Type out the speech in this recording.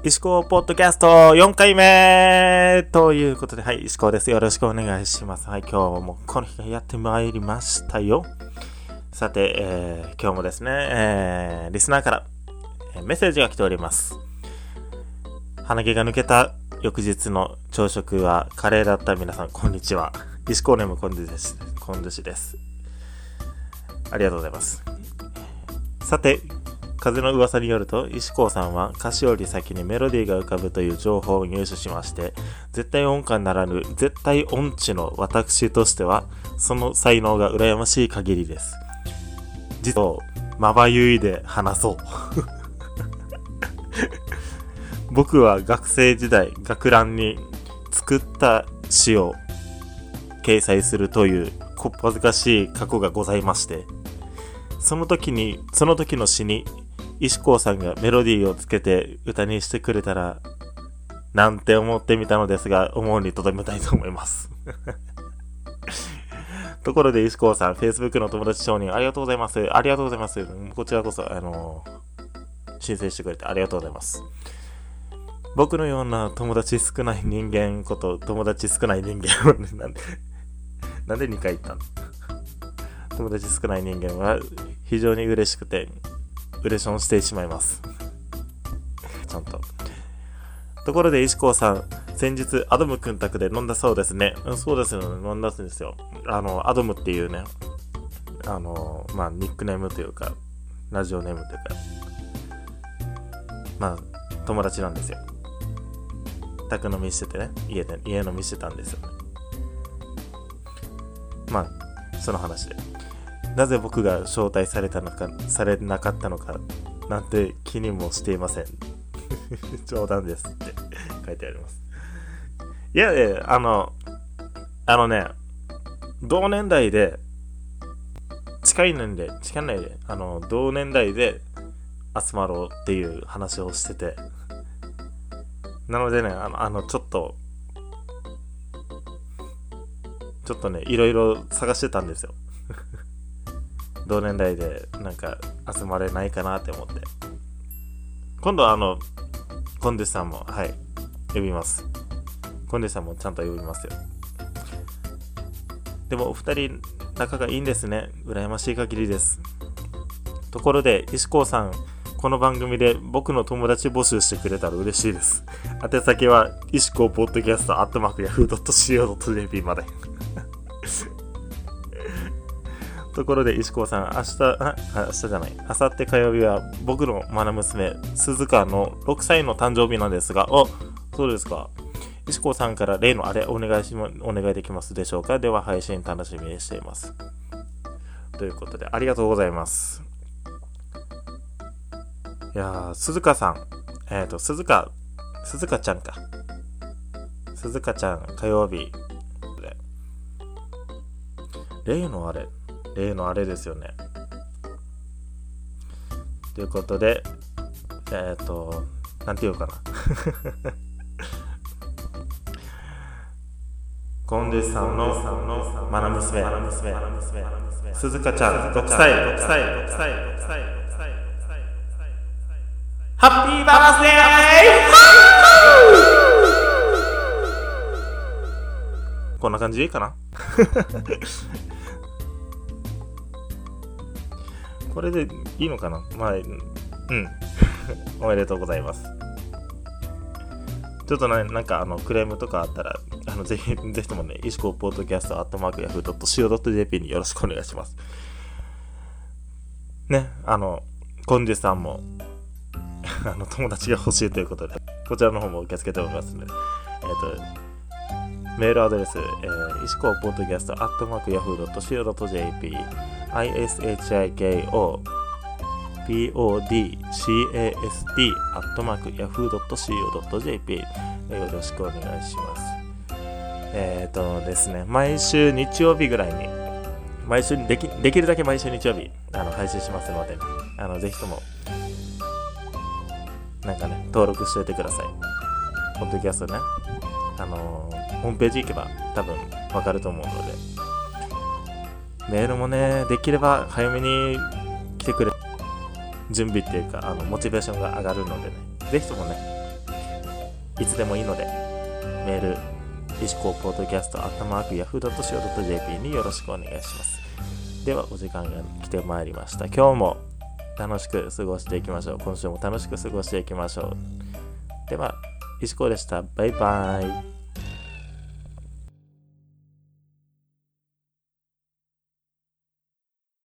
石川ポッドキャスト4回目ということで、はい、石川です。よろしくお願いします。はい、今日もこの日がやってまいりましたよ。さて、今日もですね、リスナーから、メッセージが来ております。鼻毛が抜けた翌日の朝食はカレーだった皆さん、こんにちは。石川ネームコンドゥシです。ありがとうございます。さて、風の噂によると石川さんは歌詞より先にメロディーが浮かぶという情報を入手しまして、絶対音感ならぬ絶対音痴の私としてはその才能が羨ましい限りです。実はまばゆいで話そう僕は学生時代学ランに作った詩を掲載するというこっぱずかしい過去がございまして、その時の詩に石川さんがメロディーをつけて歌にしてくれたらなんて思ってみたのですが、思うにとどめたいと思いますところで石川さん、 Facebook の友達承認ありがとうございます。ありがとうございます。こちらこそ申請してくれてありがとうございます。僕のような友達少ない人間こと友達少ない人間はなんで2回言ったの友達少ない人間は非常に嬉しくてウレションしてしまいますちゃんと。ところで石川さん、先日アドム君宅で飲んだそうですね。そうですよね、飲んだんですよ。アドムっていうね、ニックネームというかラジオネームというか、友達なんですよ。宅飲みしててね、家飲みしてたんですよね。その話で、なぜ僕が招待されなかったのかなんて気にもしていません冗談ですって書いてあります。いや同年代で近い年で同年代で集まろうっていう話をしてて、なのでね、ちょっとね、いろいろ探してたんですよ同年代でなんか集まれないかなって思って、今度はコンデさんも呼びます。コンデさんもちゃんと呼びますよ。でもお二人仲がいいんですね。羨ましい限りです。ところで石川さん、この番組で僕の友達募集してくれたら嬉しいです。宛先は石川ポッドキャスト@yahoo.co.jp までところで石川さん、明後日火曜日は僕の愛娘鈴鹿の6歳の誕生日なんですが、そうですか。石川さんから例のあれお願いできますでしょうか。では配信楽しみにしています。ということでありがとうございます。いやー、鈴鹿さん、鈴鹿ちゃんか。鈴鹿ちゃん火曜日で例のあれですよね。ということで、なんて言うかなコンデさんの愛娘鈴鹿ちゃん6歳ハッピーバースデーこんな感じでいいかなこれでいいのかな。おめでとうございます。ちょっとね、なんかクレームとかあったらぜひともね、石川ポッドキャスト@yahoo.co.jp によろしくお願いしますね。コンジュさんも友達が欲しいということで、こちらの方も受け付けておりますので、メールアドレス、石川ポッドキャスト@yahoo.co.jp ishikopodcast@yahoo.co.jp よろしくお願いします。ですね、毎週日曜日ぐらいにできるだけ毎週日曜日配信しますので、ぜひともなんかね、登録しておいてください。ポッドキャストね、ホームページ行けば多分わかると思うので、メールもね、できれば早めに来てくれ、準備っていうかモチベーションが上がるのでね、ぜひともねいつでもいいので、メール、石こうポッドキャスト@yahoo.co.jp によろしくお願いします。では、お時間が来てまいりました。今日も楽しく過ごしていきましょう。今週も楽しく過ごしていきましょう。では、石こうでした。バイバイ。